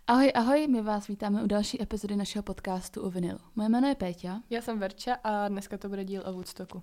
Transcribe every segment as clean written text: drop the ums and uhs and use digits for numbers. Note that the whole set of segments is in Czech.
Ahoj, ahoj, my vás vítáme u další epizody našeho podcastu u Vinyl. Moje jméno je Péťa. Já jsem Verča a dneska to bude díl o Woodstocku.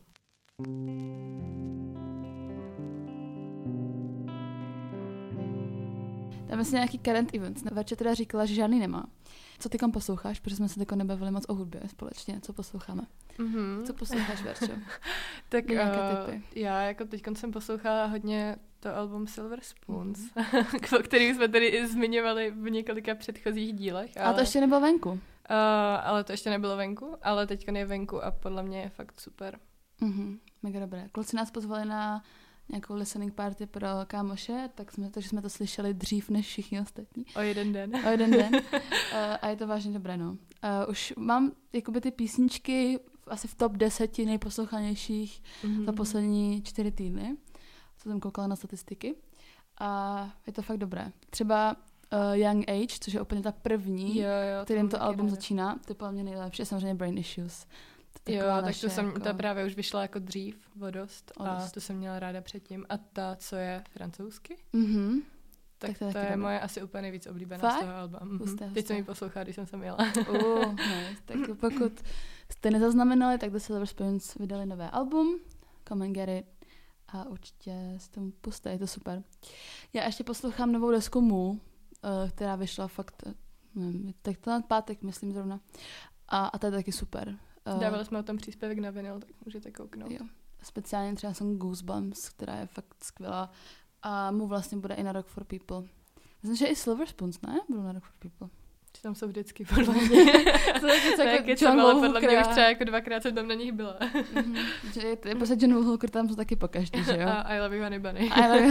Dáme si nějaký current events. Verča teda říkala, že žádný nemá. Co ty kam posloucháš? Protože jsme se teď nebavili moc o hudbě společně. Co posloucháme? Co posloucháš, Verčo? Tak nějaké tipy? Já jako teď jsem poslouchala hodně to album Silver Spoons, o kterých jsme tady i zmiňovali v několika předchozích dílech. Ale to ještě nebylo venku. Ale to ještě nebylo venku, ale teďka je venku a podle mě je fakt super. Mega dobré. Kluci nás pozvali na nějakou listening party pro kámoše, takže jsme to slyšeli dřív než všichni ostatní. O jeden den. A je to vážně dobré, no. Už mám jakoby ty písničky asi v top 10 nejposlouchanějších za poslední 4 týdny. Co jsem koukala na statistiky. A je to fakt dobré. Třeba Young Age, což je úplně ta první, kterým to album začíná. To je podle mě nejlepší. Samozřejmě Brain Issues. Tak ta právě už vyšla jako dřív, dost. A to jsem měla ráda předtím. A ta, co je francouzsky? Tak to je moje asi úplně nejvíc oblíbená z toho alba. Teď jsem ji poslouchala, když jsem jela. Nice. Tak pokud jste nezaznamenali, tak The Silver Spoons vydali nové album, Come and Get It, a určitě si tomu pusťte, je to super. Já ještě poslouchám novou desku Mu, která vyšla fakt, nevím, tak to na pátek, myslím zrovna. A to je taky super. Dávali jsme o tom příspěvek na vinyl, tak můžete kouknout. Jo. Speciálně třeba jsem Goosebumps, která je fakt skvělá. A Mu vlastně bude i na Rock for People. Myslím, že i Silver Spoons, ne? Budou na Rock for People. Tam jsou vždycky, podle mě. Podle mě už třeba jako 2krát jsem tam na nich byla. Je prostě John Hooker, tam jsou taky pokaždý, že jo? A I Love You Honey Bunny.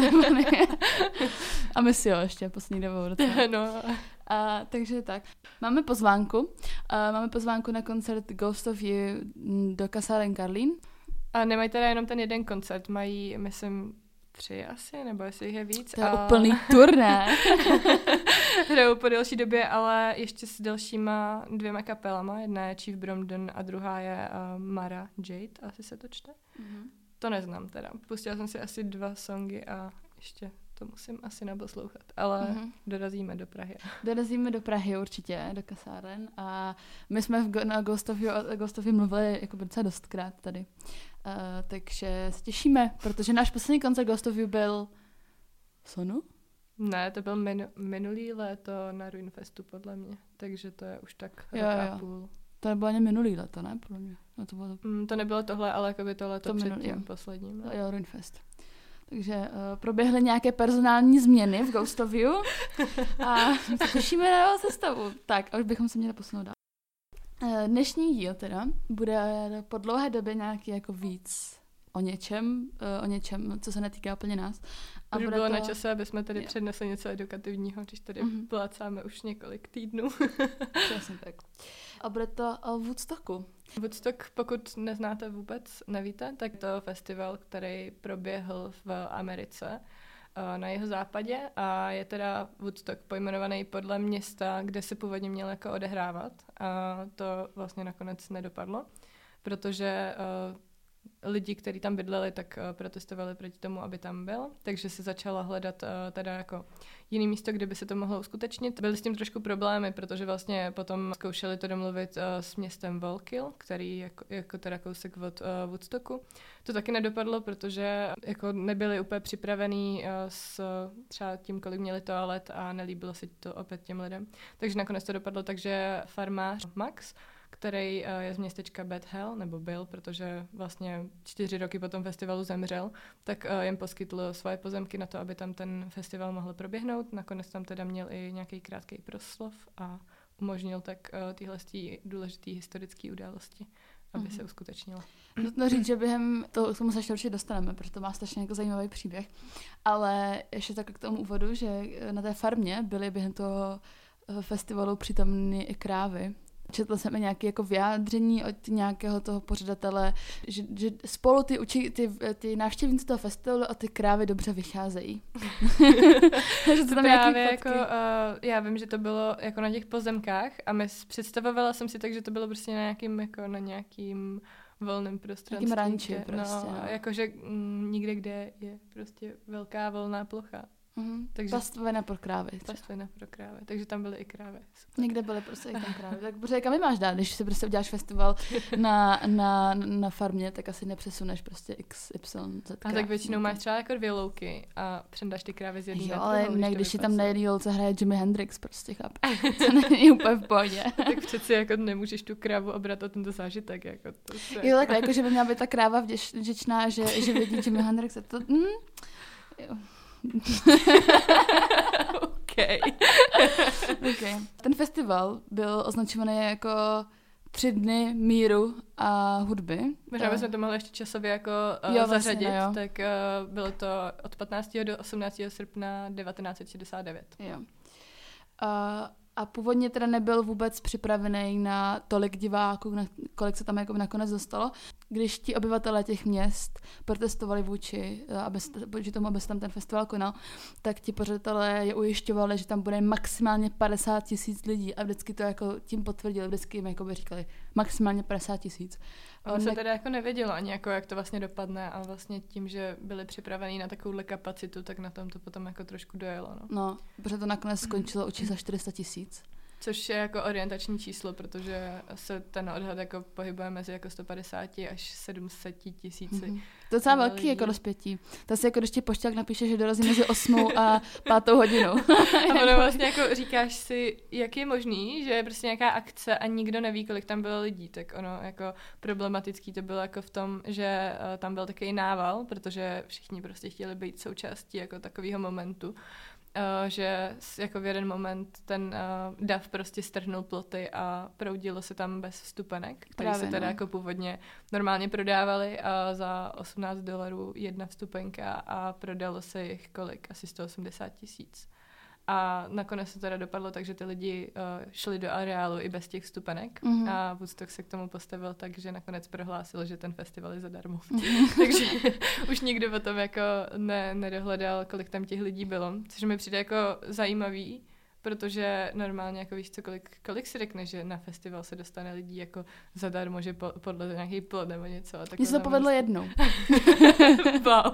A Miss Jo ještě poslední dobou docela. No. Takže tak. Máme pozvánku. Máme pozvánku na koncert Ghost of You do Kasáren Karlín. A nemají teda jenom ten jeden koncert, mají, myslím, 3 asi, nebo jestli jich je víc. To je úplný turné. Hrajou po delší době, ale ještě s dalšíma 2 kapelama. Jedna je Chief Bromden a druhá je Mara Jade, asi se to čte. To neznám teda. Pustila jsem si asi 2 songy a ještě to musím asi naposlouchat. Ale dorazíme do Prahy. Dorazíme do Prahy určitě, do Kasáren. A my jsme na Ghost of You mluvili jako docela dostkrát tady. Takže se těšíme, protože náš poslední koncert Ghost of You byl v Sonu? Ne, to byl minulý léto na Ruinfestu podle mě, takže to je už tak rok a půl. To nebylo ani minulý léto, ne? Podle mě. No, to nebylo tohle, ale jako by to léto před tím posledním. No. Jo, Ruinfest. Takže proběhly nějaké personální změny v Ghost of You a těšíme na novou sestavu. Tak, a už bychom se měli posunout dál. Dnešní díl teda bude po dlouhé době nějaký jako víc o něčem, co se netýká úplně nás. A už bylo na čase, aby jsme tady přednesli něco edukativního, když tady plácáme už několik týdnů. Přesně tak. A bude to o Woodstocku. Woodstock, pokud neznáte vůbec, nevíte, tak to je festival, který proběhl v Americe na jeho západě a je teda Woodstock pojmenovaný podle města, kde se původně měl jako odehrávat. A to vlastně nakonec nedopadlo, protože lidi, kteří tam bydleli, tak protestovali proti tomu, aby tam byl, takže se začala hledat teda jako jiný místo, kde by se to mohlo uskutečnit. Byly s tím trošku problémy, protože vlastně potom zkoušeli to domluvit s městem Wallkill, který jako teda kousek od Woodstocku. To taky nedopadlo, protože jako nebyli úplně připravený s třeba tím, kolik měli toalet a nelíbilo se to opět těm lidem. Takže nakonec to dopadlo tak, že farmář Max, který je z městečka Bethel, nebo byl, protože vlastně 4 roky po tom festivalu zemřel, tak jim poskytl svoje pozemky na to, aby tam ten festival mohl proběhnout. Nakonec tam teda měl i nějaký krátký proslov a umožnil tak tyhle důležité historické události, aby se uskutečnila. Nutno říct, že během toho, k tomu se ještě určitě dostaneme, protože to má strašně jako zajímavý příběh, ale ještě tak k tomu úvodu, že na té farmě byly během toho festivalu přítomny i krávy. Četla jsem nějaké jako vyjádření od nějakého toho pořadatele, že spolu ty návštěvníci toho festivalu a ty krávy dobře vycházejí. To právě jako, já vím, že to bylo jako na těch pozemkách a představovala jsem si tak, že to bylo prostě na nějakým volném prostranství. Nějakým ranči prostě. No. Jakože nikde, kde je prostě velká volná plocha. Takže pastvina pro krávy. Pastvina pro krávy, takže tam byly i krávy. Super. Někde byly prostě i tam krávy. Tak protože kam máš dát, když si prostě uděláš festival na farmě, tak asi nepřesuneš prostě XYZ. A tak většinou máš třeba jako 2 louky a předáš ty krávy z jedné. Jo, ale ne, když si tam na jedné louce hraje Jimi Hendrix, prostě chápeš. To není úplně v pohodě. Tak přeci jako nemůžeš tu krávu obrat o tento zážitek. Jako to jo, takhle, jako že by měla být ta kráva vděčná, že vidí Jimi Hendrix. Jo. Okay. Ten festival byl označovaný jako 3 dny míru a hudby. Možná bychom to mohli ještě časově jako zařadit, tak bylo to od 15. do 18. srpna 1969. Jo. A původně teda nebyl vůbec připravený na tolik diváků, kolik se tam jako nakonec dostalo. Když ti obyvatelé těch měst protestovali vůči tomu, aby se tam ten festival konal, tak ti pořadatelé je ujišťovali, že tam bude maximálně 50 000 lidí a vždycky to jako tím potvrdili, vždycky jim jako by říkali maximálně 50 000. Ale se teda jako nevědělo ani jako, jak to vlastně dopadne a vlastně tím, že byli připravení na takovouhle kapacitu, tak na tom to potom jako trošku dojelo. No, protože to nakonec skončilo u čísla 400 000. Což je jako orientační číslo, protože se ten odhad jako pohybuje mezi jako 150 až 700 000. To je docela velký jako rozpětí. To si jako když ti pošťák napíše, že dorazí mezi 8 a 5 hodinou. A ono vlastně jako říkáš si, jak je možný, že je prostě nějaká akce a nikdo neví, kolik tam bylo lidí, tak ono jako problematický to bylo jako v tom, že tam byl takový nával, protože všichni prostě chtěli být součástí jako takového momentu. Že jako v jeden moment ten dav prostě strhnul ploty a proudilo se tam bez vstupenek, které se teda jako původně normálně prodávaly a za $18 jedna vstupenka a prodalo se jich kolik? Asi 180 000. A nakonec se teda dopadlo tak, že ty lidi šli do areálu i bez těch vstupenek a Woodstock se k tomu postavil tak, že nakonec prohlásil, že ten festival je zadarmo. Takže už nikdo o tom jako nedohledal, kolik tam těch lidí bylo, což mi přijde jako zajímavý, protože normálně jako víš co, kolik si řekne, že na festival se dostane lidí jako zadarmo, že podle nějaký plot nebo něco. Mně se to povedlo jednou. Wow.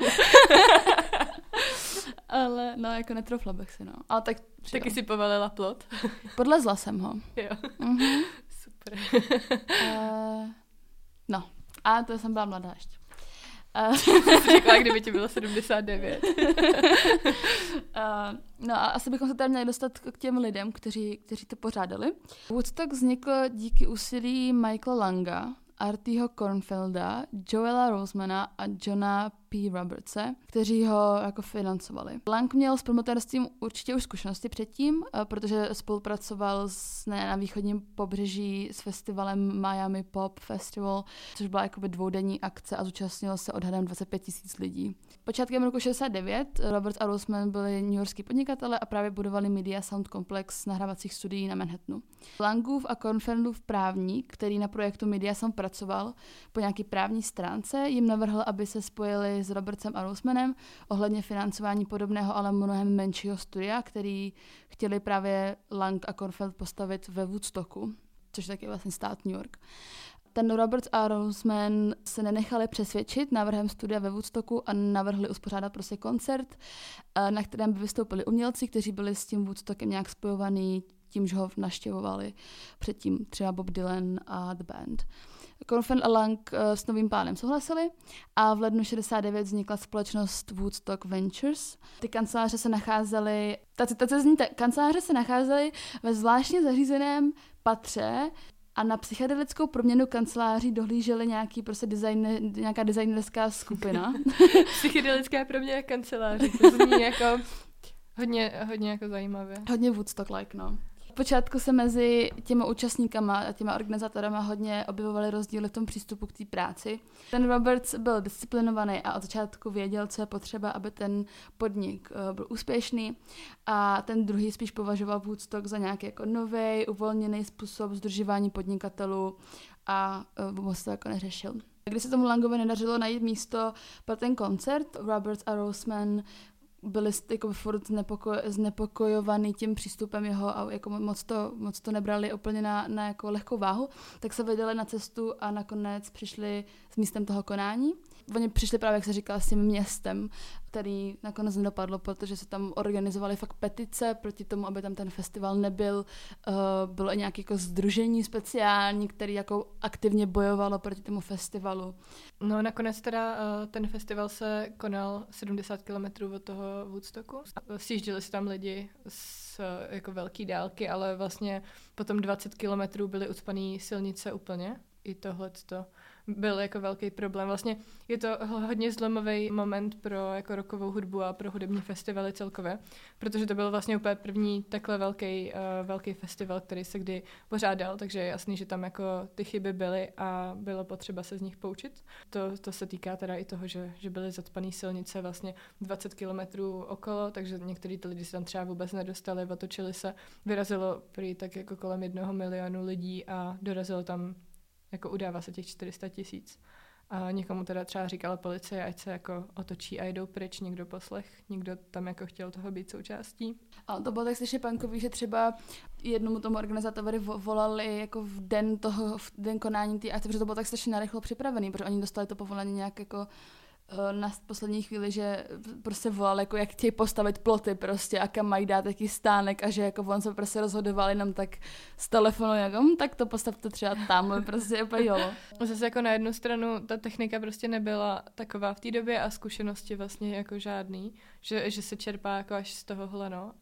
Ale no, jako netrofla bych si, no. Ale tak taky si povalila plot? Podlezla jsem ho. Jo. Super. No. A to jsem byla mladá ještě. Jsi řekla, kdyby ti bylo 79. No a asi bychom se tady měli dostat k těm lidem, kteří to pořádali. Woodstock vznikl díky úsilí Michaela Langa, Artieho Kornfelda, Joela Rosemana a Johna P. Robertse, kteří ho jako financovali. Lang měl s promotérstvím určitě už zkušenosti předtím, protože spolupracoval na východním pobřeží s festivalem Miami Pop Festival, což byla jakoby 2denní akce a zúčastnilo se odhadem 25 000 lidí. Počátkem roku 69 Roberts a Roseman byli newyorský podnikatelé a právě budovali Media Sound Complex nahrávacích studií na Manhattanu. Langův a Kornfeldův právník, který na projektu Media Sound pracoval po nějaký právní stránce, jim navrhl, aby se spojili s Robertsem a Rosemanem ohledně financování podobného, ale mnohem menšího studia, který chtěli právě Lang a Kornfeld postavit ve Woodstocku, což taky je vlastně stát New York. Ten Roberts a Roseman se nenechali přesvědčit návrhem studia ve Woodstocku a navrhli uspořádat prostě koncert, na kterém by vystoupili umělci, kteří byli s tím Woodstockem nějak spojovaný tím, že ho navštěvovali předtím třeba Bob Dylan a The Band. Kornfeld a Lang s novým plánem souhlasili a v lednu 69 vznikla společnost Woodstock Ventures. Ty kanceláře se nacházely, kanceláře se nacházely ve zvláštně zařízeném patře a na psychedelickou proměnu kanceláří dohlíželi nějaká designerská skupina. Psychedelická proměna kanceláře, to zní jako hodně jako zajímavě. Hodně Woodstock-like, no. V počátku se mezi těma účastníkama a těma organizátorama hodně objevovaly rozdíly v tom přístupu k té práci. Ten Roberts byl disciplinovaný a od začátku věděl, co je potřeba, aby ten podnik byl úspěšný, a ten druhý spíš považoval Woodstock za nějaký jako nový, uvolněný způsob sdružování podnikatelů a moc to jako neřešil. Když se tomu Langovi nedařilo najít místo pro ten koncert, Roberts a Roseman byli jako furt znepokojovaný tím přístupem jeho a jako moc to nebrali úplně na jako lehkou váhu, tak se vydali na cestu a nakonec přišli s místem toho konání. Oni přišli právě, jak se říkal, s tím městem, který nakonec nedopadlo, protože se tam organizovaly fakt petice proti tomu, aby tam ten festival nebyl. Bylo i nějaké jako sdružení speciální, který jako aktivně bojovalo proti tomu festivalu. No nakonec teda ten festival se konal 70 kilometrů od toho Woodstocku. Sjížděli se tam lidi z jako velký dálky, ale vlastně potom 20 kilometrů byly ucpaný silnice úplně. I tohleto byl jako velký problém. Vlastně je to hodně zlomový moment pro jako rockovou hudbu a pro hudební festivaly celkově, protože to byl vlastně úplně první takhle velký festival, který se kdy pořádal, takže je jasný, že tam jako ty chyby byly a bylo potřeba se z nich poučit. To se týká teda i toho, že byly zacpané silnice vlastně 20 kilometrů okolo, takže některý ty lidi se tam třeba vůbec nedostali, otočili se, vyrazilo prý tak jako kolem 1 milionu lidí a dorazilo tam jako udává se těch 400 000. A někomu teda třeba říkala policie, ať se jako otočí a jdou pryč, někdo poslech, někdo tam jako chtěl toho být součástí. Ale to bylo tak strašně punkový, že třeba jednomu tomu organizátorovi volali jako v den konání té akce, protože to bylo tak strašně narychlo připravený, protože oni dostali to povolení nějak jako na poslední chvíli, že prostě volal, jako jak chtějí postavit ploty prostě a kam mají dát jaký stánek a že jako on se prostě rozhodoval jenom tak z telefonu, jako tak to postavte třeba tam, prostě úplně jolo. Zase jako na jednu stranu ta technika prostě nebyla taková v té době a zkušenosti vlastně jako žádný, že se čerpá jako až z tohohle, no.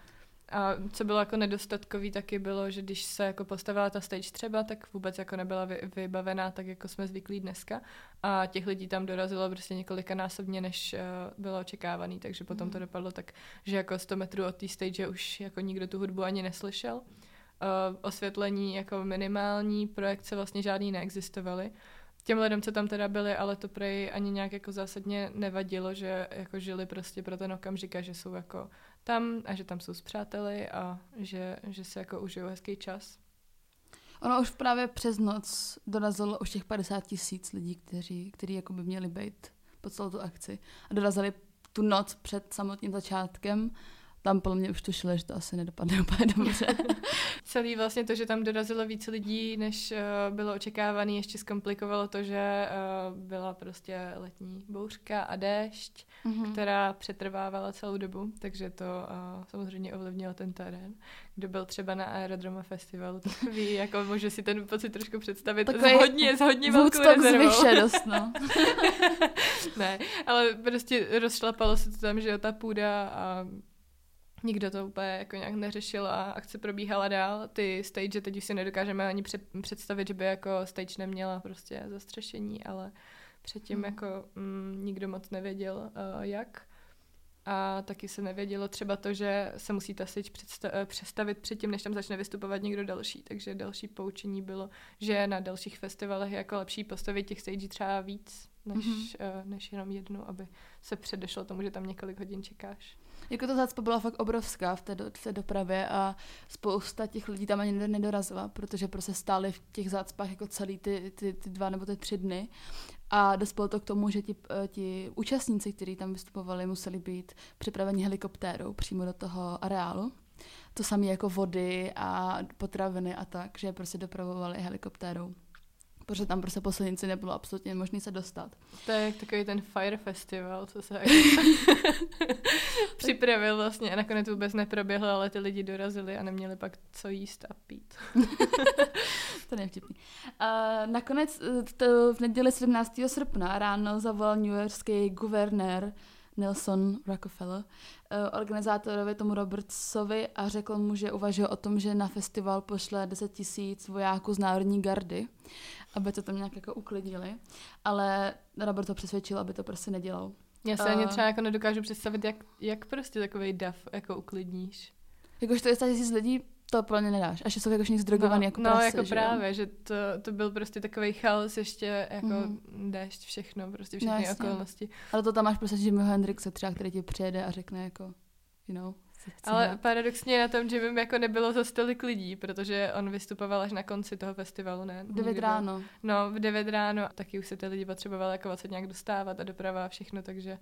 A co bylo jako nedostatkový taky bylo, že když se jako postavila ta stage třeba, tak vůbec jako nebyla vybavená tak, jako jsme zvyklí dneska. A těch lidí tam dorazilo prostě několikanásobně, než bylo očekávaný, takže potom to dopadlo tak, že jako 100 metrů od té stage už jako nikdo tu hudbu ani neslyšel. Osvětlení jako minimální, projekce vlastně žádný neexistovaly. Těm lidem, co tam teda byli, ale to prej ani nějak jako zásadně nevadilo, že jako žili prostě pro ten okamžik a že jsou jako tam a že tam jsou s přáteli a že se jako užijou hezký čas. Ono už právě přes noc dorazilo už těch 50 000 lidí, kteří jako by měli být po celou tu akci. A dorazili tu noc před samotným začátkem. Tam podle mě už tušili, že to asi nedopadne úplně dobře. Celý vlastně to, že tam dorazilo víc lidí, než bylo očekávané, ještě zkomplikovalo to, že byla prostě letní bouřka a déšť, která přetrvávala celou dobu, takže to samozřejmě ovlivnilo ten terén. Kdo byl třeba na Aerodroma festivalu, tak ví, jako může si ten pocit trošku představit s hodně velkou rezervou. Zvyše dost, no. Ne, ale prostě rozšlapalo se to tam, že ta půda a nikdo to úplně jako nějak neřešil a akce probíhala dál. Ty stage teď už si nedokážeme ani představit, že by jako stage neměla prostě zastřešení, ale předtím jako nikdo moc nevěděl, jak. A taky se nevědělo třeba to, že se musí ta stage přestavit předtím, než tam začne vystupovat někdo další. Takže další poučení bylo, že na dalších festivalech je jako lepší postavit těch stagí třeba víc, než jenom jednu, aby se předešlo tomu, že tam několik hodin čekáš. Jako ta zácpa byla fakt obrovská v té dopravě a spousta těch lidí tam ani nedorazila, protože prostě stáli v těch zácpách jako celý ty 2 nebo ty 3 dny. A dospělo to k tomu, že ti účastníci, kteří tam vystupovali, museli být připraveni helikoptérou přímo do toho areálu. To samé jako vody a potraviny a tak, že prostě dopravovali helikoptérou. Protože tam prostě po silnici nebylo absolutně možné se dostat. To je takový ten Fire Festival, co se připravil vlastně a nakonec vůbec neproběhl, ale ty lidi dorazili a neměli pak co jíst a pít. To je vtipný. Nakonec v neděli 17. srpna ráno zavolal newyorský guvernér Nelson Rockefeller organizátorovi tomu Robertsovi a řekl mu, že uvažuje o tom, že na festival pošle 10 000 vojáků z Národní gardy, aby to tam nějak jako uklidnili. Ale Robert to přesvědčil, aby to prostě nedělal. Já se ani třeba jako nedokážu představit, jak prostě takovej dav jako uklidníš. Jakož to je 100 000 lidí, to plně nedáš. Až jsou jakož zdrogovaný jako prase, jako že právě, že to byl prostě takovej chaos, ještě jako déšť, všechno, prostě všechny okolnosti. Ale to tam máš prostě Jimmyho Hendrixe třeba, který ti přijede a řekne jako, ale paradoxně na tom Jimmym jako nebylo za tolik lidí, protože on vystupoval až na konci toho festivalu, ne? 9 ráno. No, v 9 ráno. Taky už se ty lidi potřebovali jako se nějak dostávat a doprava a všechno, takže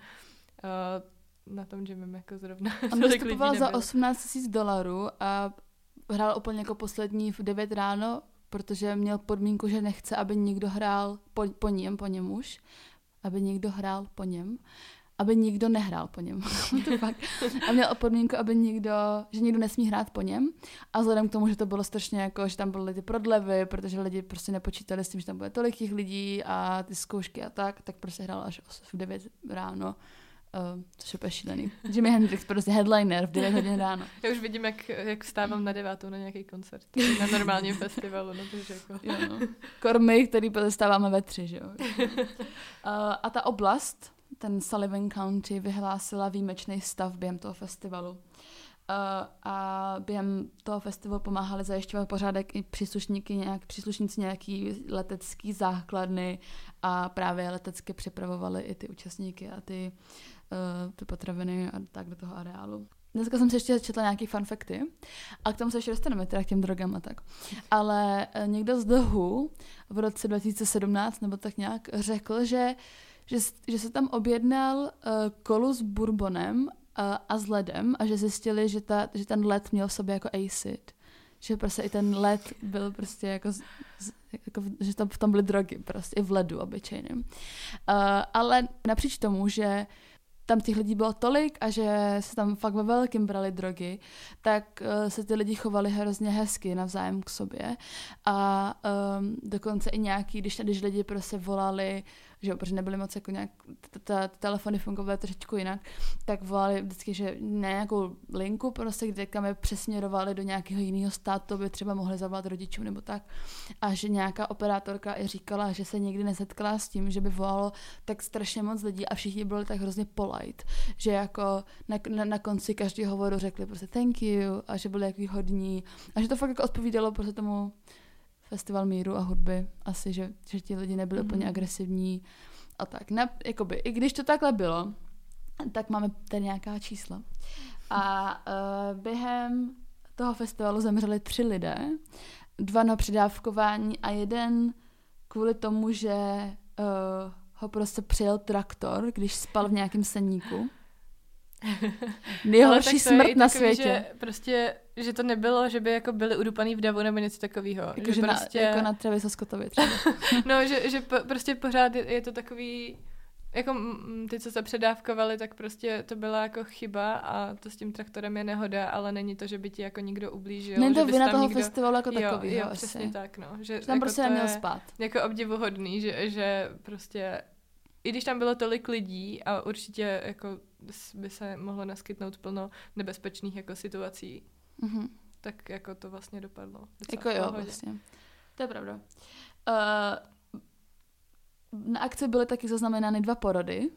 na tom Jimmym jako zrovna on vystupoval za $18,000 a hrál úplně jako poslední v 9 ráno, protože měl podmínku, že nechce, aby někdo hrál po něm už, aby někdo hrál po něm. aby nikdo nehrál po něm. To fakt. A měl podmínku, že nikdo nesmí hrát po něm. A vzhledem k tomu, že to bylo strašně jako, že tam byly ty prodlevy, protože lidi prostě nepočítali s tím, že tam bude tolik těch lidí a ty zkoušky a tak prostě hrál až v 9 ráno. Což je úplně šílený. Jimi Hendrix, prostě headliner v 9 hodin ráno. Já už vidím, jak vstávám na 9 na nějaký koncert. Na normálním festivalu. No, takže jako. Jo, no. Kormy, který stáváme ve 3, že jo. A ta oblast, ten Sullivan County, vyhlásila výjimečný stav během toho festivalu. A během toho festivalu pomáhali zajišťovat pořádek i příslušníci nějaký letecký základny a právě letecky připravovali i ty účastníky a ty potraviny a tak do toho areálu. Dneska jsem si ještě četla nějaký fun facty a k tomu se ještě dostaneme, teda k těm drogám a tak. Ale někdo z The Who v roce 2017 nebo tak nějak řekl, že se tam objednal kolu s bourbonem a s ledem a že zjistili, že ten led měl v sobě jako acid. Že prostě i ten led byl prostě jako že tam v tom byly drogy prostě i v ledu obyčejným. Ale napříč tomu, že tam těch lidí bylo tolik a že se tam fakt ve velkým brali drogy, tak se ty lidi chovali hrozně hezky navzájem k sobě a dokonce i nějaký, když lidi prostě volali, že protože nebyly moc jako nějak, telefony fungovaly trošičku jinak, tak volali vždycky, že nějakou linku prostě, kde kam je přesměrovali do nějakého jiného státu, aby třeba mohli zavolat rodičům nebo tak. A že nějaká operátorka i říkala, že se nikdy nesetkala s tím, že by volalo tak strašně moc lidí a všichni byli tak hrozně polite, že jako na konci každého hovoru řekli prostě thank you a že byli jaký hodní a že to fakt jako odpovídalo prostě tomu festival míru a hudby. Asi, že ti lidi nebyli úplně agresivní a tak. Jakoby, i když to takhle bylo, tak máme tady nějaká čísla. A během toho festivalu zemřeli 3 lidé, 2 na předávkování a 1 kvůli tomu, že ho prostě přijel traktor, když spal v nějakém seníku. Nejhorší smrt na světě. Že prostě, že to nebylo, že by jako byli udupaný v davu nebo něco takového. Jako, že prostě... jako na Travise Scottovi třeba. No, že prostě pořád je to takový, jako ty, co se předávkovali, tak prostě to byla jako chyba a to s tím traktorem je nehoda, ale není to, že by ti jako nikdo ublížil. Není to že vina toho festivalu jako takový. Jo, přesně tak, no. Že tam jako prostě neměl spát. Jako obdivuhodný, že prostě i když tam bylo tolik lidí a určitě jako by se mohlo naskytnout plno nebezpečných jako situací, tak jako to vlastně dopadlo. Jako jo, vlastně. To je pravda. Na akci byly taky zaznamenány 2 porody.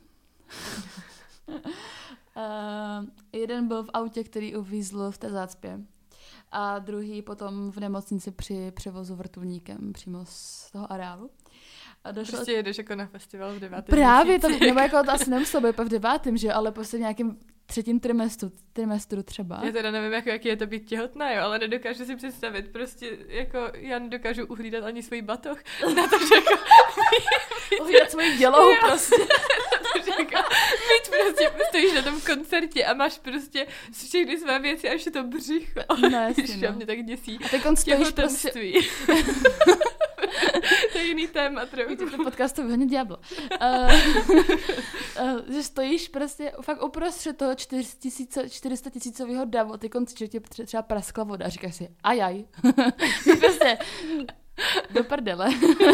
Jeden byl v autě, který uvízl v té zácpě. A druhý potom v nemocnici při převozu vrtulníkem přímo z toho areálu. A prostě jedeš jako na festival v 9. Právě, to, nebo jako to asi nemuselo být v 9., že ale prostě v nějakém 3. trimestru třeba. Já teda nevím, jaký je to být těhotná, jo, ale nedokážu si představit, prostě jako já nedokážu uhlídat ani svůj batoh na to, že jako uhlídat svoji dělohu prostě. Prostě stojíš na tom koncertě a máš prostě všechny své věci, až je to břicho. No, jasně, no. Mě tak děsí. A teď stojíš prostě... To je jiný téma trochu. To podcastu hodně diablo. Že stojíš prostě fakt uprostřed toho 400 000 davu, ty konci, že ti třeba praskla voda a říkáš si ajaj. Prostě do prdele.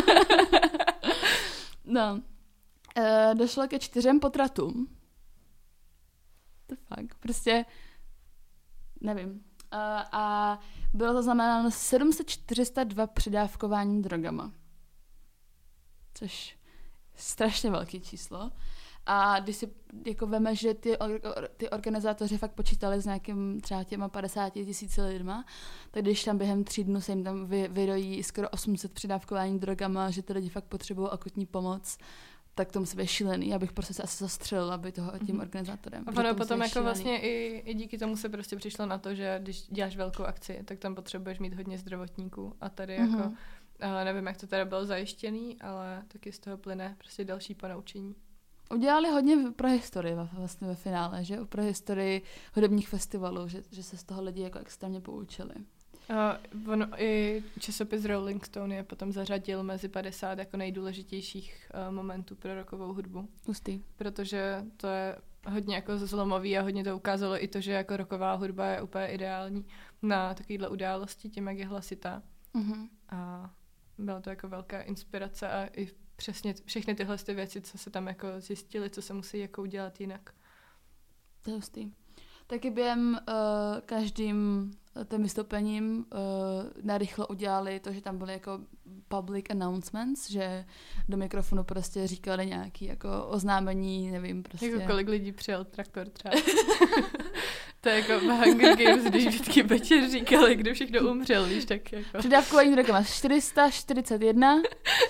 No. Došlo ke 4 potratům. To fakt, prostě nevím. A bylo to znamenáno 402 předávkování drogama. Což je strašně velké číslo. A když si jako veme, že ty organizátoři fakt počítali s nějakým třeba těma 50 000 lidma, tak když tam během 3 dnů se jim tam vyrojí skoro 800 předávkování drogama, že ty lidi fakt potřebují akutní pomoc, tak to musí být šílený. Já bych prostě se asi zastřelila by toho tím organizátorem. A ono potom jako šílený. Vlastně i díky tomu se prostě přišlo na to, že když děláš velkou akci, tak tam potřebuješ mít hodně zdravotníků a tady jako nevím, jak to teda bylo zajištěný, ale taky z toho plyne prostě další ponaučení. Udělali hodně pro historii vlastně ve finále, že? Pro historii hudebních festivalů, že se z toho lidi jako extrémně poučili. Ono i časopis Rolling Stone je potom zařadil mezi 50 jako nejdůležitějších momentů pro rockovou hudbu. Hustý. Protože to je hodně jako zlomový a hodně to ukázalo i to, že jako rocková hudba je úplně ideální na takovýhle události, tím, jak je hlasitá. Mm-hmm. A byla to jako velká inspirace a i přesně všechny tyhle ty věci, co se tam jako zjistily, co se musí jako udělat jinak. To je hustý. Taky během každým tím vystoupením narychlo udělali to, že tam byly jako public announcements, že do mikrofonu prostě říkali nějaký jako oznámení, nevím, prostě. Jako kolik lidí přijel traktor třeba. To je jako v Hunger Games, když vždycky večer říkali, kdo všechno umřel, víš, tak jako. Přidávkování drogama 441,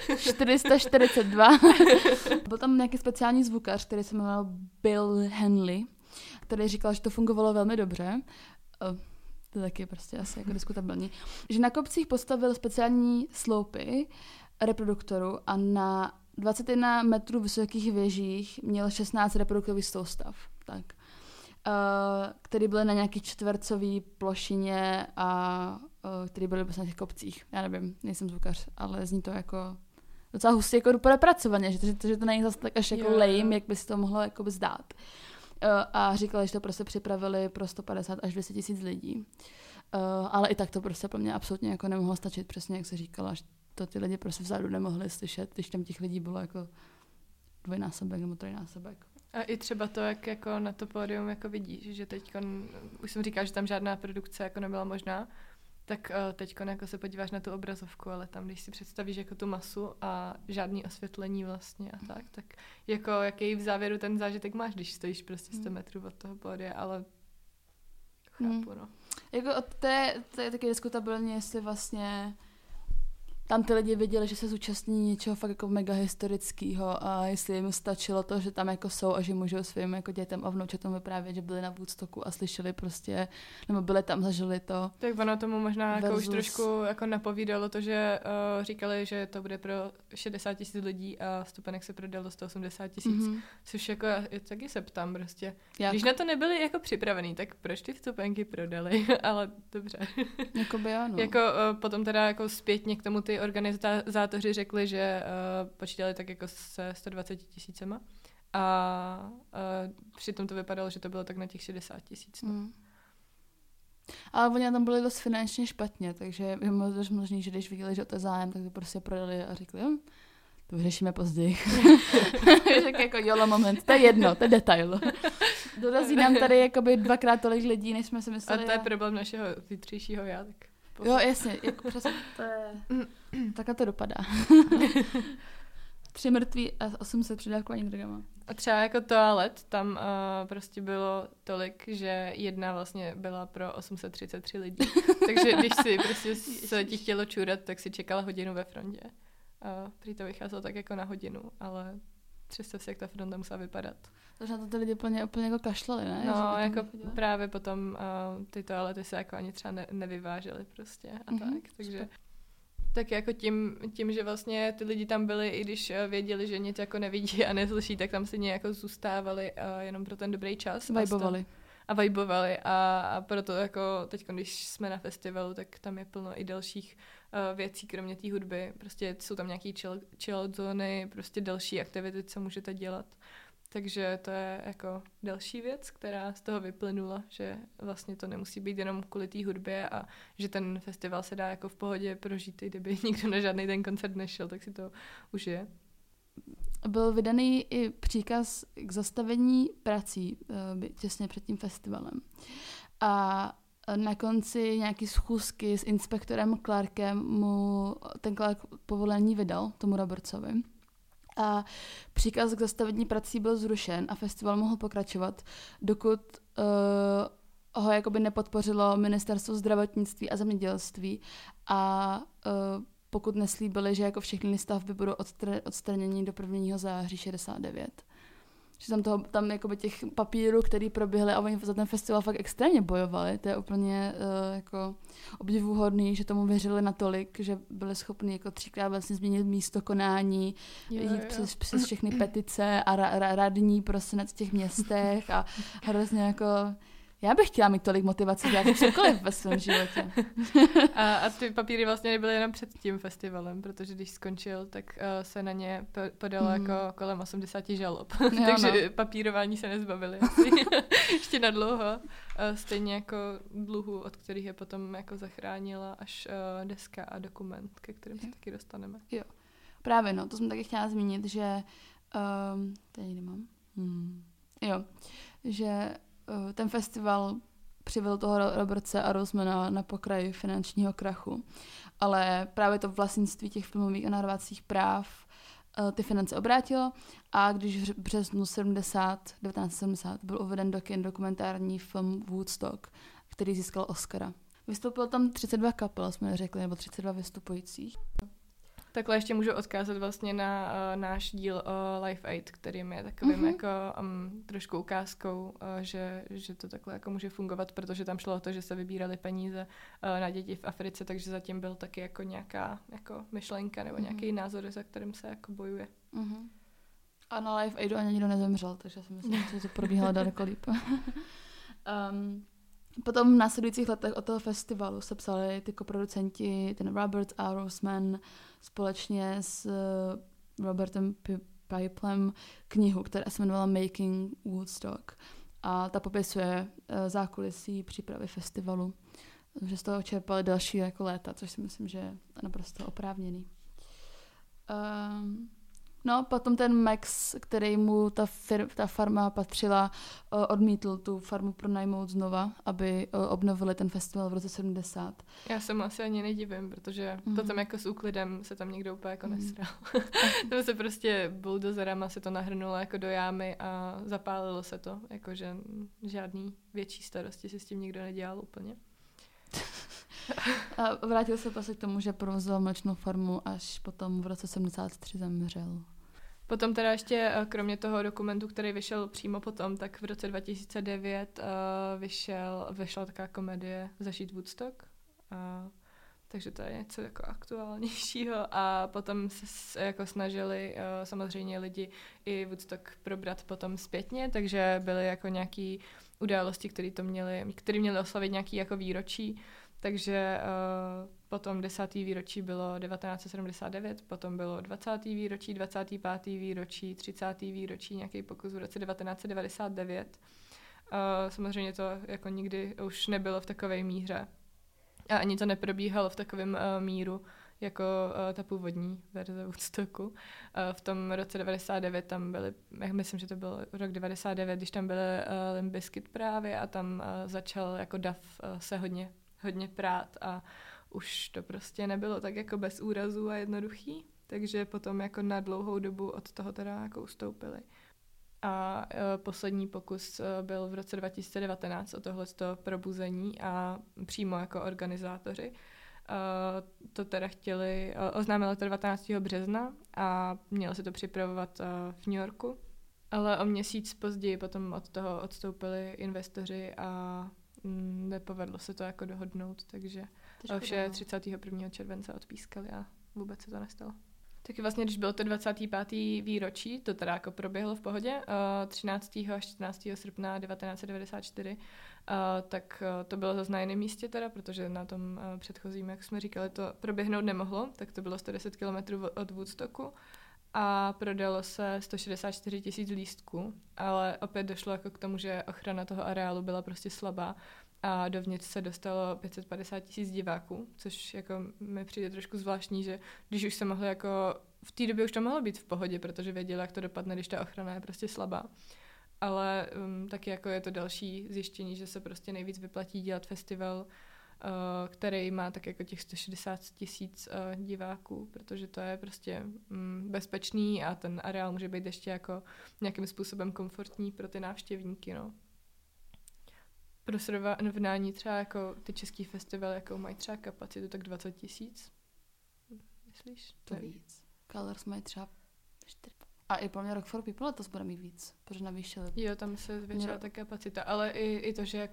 442. Byl tam nějaký speciální zvukař, který se jmenoval Bill Henley, který říkal, že to fungovalo velmi dobře. To taky prostě asi jako diskutabilní. Že na kopcích postavil speciální sloupy reproduktoru a na 21 metrů vysokých věžích měl 16 reproduktorových soustav. Tak. Který byly na nějaký čtvercový plošině a který byly prostě na těch kopcích. Já nevím, nejsem zvukař, ale zní to jako docela hustě jako propracovaně, že to není zase tak až jako lame, jak by si to mohlo jakoby zdát. A říkali, že to prostě připravili pro 150 až 200 tisíc lidí. Ale i tak to prostě pro mě absolutně jako nemohlo stačit, přesně jak se říkala, že to ty lidi prostě vzadu nemohli slyšet, když tam těch lidí bylo jako dvojnásobek nebo trojnásobek. A i třeba to, jak jako na to pódium jako vidíš, že teď, už jsem říkala, že tam žádná produkce jako nebyla možná, tak teď jako se podíváš na tu obrazovku, ale tam, když si představíš jako tu masu a žádný osvětlení vlastně a tak jako jaký v závěru ten zážitek máš, když stojíš prostě 100 metrů od toho pódia, ale chápu, no. Jako to je taky diskutabilní, jestli vlastně tam ty lidi viděli, že se zúčastní něčeho fakt jako mega historického a jestli jim stačilo to, že tam jako jsou a že můžou svým jako dětem a vnoučatům vyprávět, že byli na Woodstocku a slyšeli prostě, nebo byli tam, zažili to. Tak ono tomu možná jako už trošku jako napovídalo to, že říkali, že to bude pro 60 tisíc lidí a stupenek se prodalo 180 tisíc, což jako taky se ptám prostě. Jak? Když na to nebyli jako připravený, tak proč ty vstupenky prodali? Ale dobře. Jakoby ano. Jako potom teda jako zpětně k tomu ty organizátoři řekli, že počítali tak jako se 120 tisícema a přitom to vypadalo, že to bylo tak na těch 60 tisíc. No. Ale oni tam byli dost finančně špatně, takže je dost možný, že když viděli, že to je zájem, tak to prostě prodali a řekli, to vyřešíme později. Tak jako jolo moment, to je jedno, to je detail. Dorazí nám tady jakoby 2x tolik lidí, než jsme si mysleli. A to je problém našeho zítřejšího já, tak jo, jasně, jako přesně, to je, takhle to dopadá. 3 mrtví a 800 přidávkování drogama. A třeba jako toalet, tam prostě bylo tolik, že jedna vlastně byla pro 833 lidí. Takže když si prostě se ti chtělo čůrat, tak si čekala hodinu ve frontě. Prý to vycházelo tak jako na hodinu, ale představ si, jak ta fronta musela vypadat. Takže na to ty lidi úplně jako kašlali, ne? No, jako právě potom ty toalety se jako ani třeba nevyvážely prostě a tak, takže tak jako tím, že vlastně ty lidi tam byli, i když věděli, že nic jako nevidí a neslyší, tak tam si nějak zůstávali jenom pro ten dobrý čas. Vibovali a proto jako teď, když jsme na festivalu, tak tam je plno i dalších věcí, kromě té hudby. Prostě jsou tam nějaký chill zóny, prostě další aktivity, co můžete dělat. Takže to je jako další věc, která z toho vyplynula, že vlastně to nemusí být jenom kvůli té hudbě a že ten festival se dá jako v pohodě prožít, i kdyby nikdo na žádný ten koncert nešel, tak si to užije. Byl vydaný i příkaz k zastavení prací těsně před tím festivalem. A na konci nějaký schůzky s inspektorem Clarkem mu ten Clark povolení vydal, tomu Robertsovi. A příkaz k zastavení prací byl zrušen a festival mohl pokračovat, dokud ho jakoby nepodpořilo ministerstvo zdravotnictví a zemědělství a pokud neslíbili, že jako všechny stavby budou odstraněny do 1. září 69. Že tam jakoby těch papírů, který proběhly a oni za ten festival fakt extrémně bojovali. To je úplně jako obdivuhodný, že tomu věřili natolik, že byli schopni jako 3krát vlastně změnit místo konání, jít přes všechny petice a radní prostě v těch městech a hrozně jako Já bych chtěla mít tolik motivace dělat cokoliv ve svém životě. A ty papíry vlastně nebyly jenom před tím festivalem, protože když skončil, tak se na ně podalo jako kolem 80 žalob. Takže papírování se nezbavili asi ještě na dlouho. Stejně jako dluhu, od kterých je potom jako zachránila až deska a dokument, ke kterým se taky dostaneme. Jo, právě to jsem taky chtěla zmínit, že tady někde mám. Jo, že ten festival přivedl toho Robertse a Rosemana na pokraj finančního krachu, ale právě to vlastnictví těch filmových a nahrávacích práv ty finance obrátilo a když v březnu 1970 byl uveden do kin dokumentární film Woodstock, který získal Oscara. Vystoupilo tam 32 kapel, jsme řekli, nebo 32 vystupujících. Takhle ještě můžu odkázat vlastně na náš díl o Live Aid, kterým je takovým jako trošku ukázkou, že to takhle jako může fungovat, protože tam šlo o to, že se vybíraly peníze na děti v Africe, takže zatím byl taky jako nějaká jako myšlenka nebo nějaký názor, za kterým se jako bojuje. A na Live Aidu ani nikdo nezemřel, takže si myslím, že to probíhalo daleko líp. Potom v následujících letech od toho festivalu se psali ty koproducenti, ten Robert a Roseman společně s Robertem Paiplem knihu, která se jmenovala Making Woodstock. A ta popisuje zákulisí přípravy festivalu. Že z toho čerpali další jako léta, což si myslím, že je naprosto oprávněný. Potom ten Max, který mu ta farma patřila, odmítl tu farmu pronajmout znova, aby obnovili ten festival v roce 70. Já se mu asi ani nedivím, protože potom jako s úklidem se tam někdo úplně jako nesral. Tam se prostě buldozerama se to nahrnulo jako do jámy a zapálilo se to, jakože žádný větší starosti si s tím nikdo nedělal úplně. A vrátil se prostě k tomu, že provozoval mléčnou farmu, až potom v roce 73 zemřel. Potom teda ještě kromě toho dokumentu, který vyšel přímo potom, tak v roce 2009 vyšla taková komedie Zažít Woodstock. Takže to je něco jako aktuálnějšího. A potom se jako snažili samozřejmě lidi i Woodstock probrat potom zpětně, takže byly jako nějaký události, které měly oslavit nějaký jako výročí. Takže potom 10. výročí bylo 1979, potom bylo 20. výročí, 25. výročí, 30. výročí, nějaký pokus v roce 1999. Samozřejmě to jako nikdy už nebylo v takové míře. A ani to neprobíhalo v takovém míru, jako ta původní verze Woodstocku. V tom roce 99 tam byly, myslím, že to byl rok 99, když tam byly Limp Bizkit právě a tam začal jako dav se hodně prát a už to prostě nebylo tak jako bez úrazů a jednoduchý, takže potom jako na dlouhou dobu od toho teda jako ustoupili. A poslední pokus byl v roce 2019 o tohleto probuzení a přímo jako organizátoři to teda oznámili to 19. března a mělo se to připravovat v New Yorku, ale o měsíc později potom od toho odstoupili investoři a nepovedlo se to jako dohodnout, takže vše 31. července odpískali a vůbec se to nestalo. Taky vlastně, když bylo to 25. výročí, to teda jako proběhlo v pohodě, 13. a 14. srpna 1994, tak to bylo zase na jiném místě teda, protože na tom předchozím, jak jsme říkali, to proběhnout nemohlo, tak to bylo 110 km od Woodstocku a prodalo se 164 000 lístků, ale opět došlo jako k tomu, že ochrana toho areálu byla prostě slabá a dovnitř se dostalo 550 000 diváků, což jako mi přijde trošku zvláštní, že když už se mohli jako, v té době už to mohlo být v pohodě, protože věděli, jak to dopadne, když ta ochrana je prostě slabá. Ale taky jako je to další zjištění, že se prostě nejvíc vyplatí dělat festival, který má tak jako těch 160 000 diváků, protože to je prostě bezpečný a ten areál může být ještě jako nějakým způsobem komfortní pro ty návštěvníky, no. Pro srovnání třeba jako ty český festivaly, jako mají třeba kapacitu, tak 20 000. Myslíš? To víc. Colors mají třeba 4. A i pro mě Rock for People letos bude mít víc, protože navýšili. Jo, tam se zvětšila ta kapacita, ale i to, že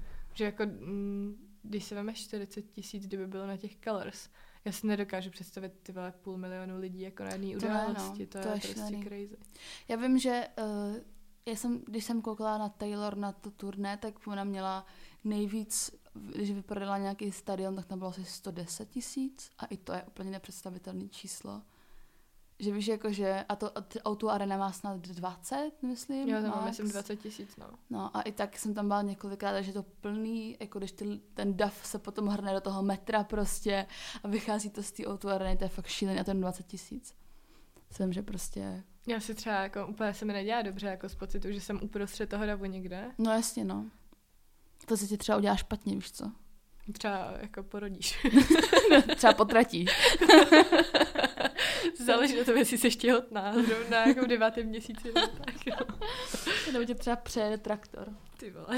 když se veme 40 000, kdyby bylo na těch Colors, já si nedokážu představit ty 500 000 lidí jako na jedné události, to je prostě crazy. Já vím, že Když jsem koukala na Taylor na to turné, tak ona měla nejvíc, když vyprodala nějaký stadion, tak tam bylo asi 110 000 a i to je úplně nepředstavitelné číslo. Že víš, jakože, a to O2 Arena má snad 20, myslím. Jo, to mám myslím 20 000, no. No a i tak jsem tam byla několikrát, takže to plný, jako když ten dav se potom hrne do toho metra prostě a vychází to z té O2 Areny, to je fakt šílený a ten 20 000. Myslím, že prostě... Já si třeba jako úplně se mi nedělá dobře jako z pocitu, že jsem uprostřed toho davu někde. No jasně, no. To se ti třeba udělá špatně, víš co? Třeba jako porodíš. Třeba potratíš. Záleží na tom, jestli jsi těhotná, zrovna jako v 9. měsíci. Tak, jo. Nebo tě třeba přejede traktor. Ty vole.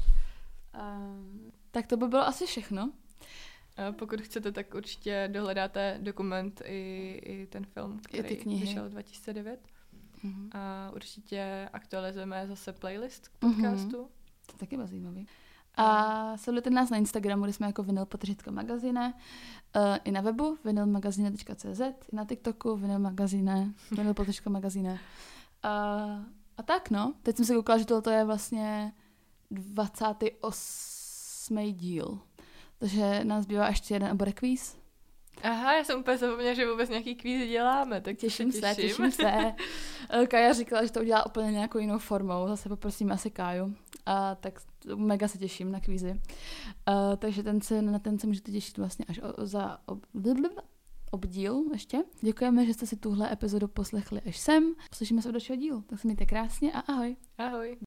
Tak to by bylo asi všechno. A pokud chcete, tak určitě dohledáte dokument i ten film, který vyšel 2009. Mm-hmm. A určitě aktualizujeme zase playlist k podcastu. Mm-hmm. To taky bylo zajímavý. A sledujte nás na Instagramu, kde jsme jako vinyl_magazine, i na webu vinylmagazine.cz, i na TikToku vinyl_magazine. A tak no, teď jsem se koukala, že tohle je vlastně 28. díl. Takže nás bývá ještě jeden a bude kvíz. Aha, já jsem úplně zapomněla, že vůbec nějaký kvíz děláme, tak těším se. Kaja říkala, že to udělá úplně nějakou jinou formou, zase poprosím asi Káju. Tak mega se těším na kvízy. Takže na ten se můžete těšit vlastně až za obdíl ještě. Děkujeme, že jste si tuhle epizodu poslechli až sem. Slyšíme se u dalšího dílu. Tak se mějte krásně a ahoj. Ahoj.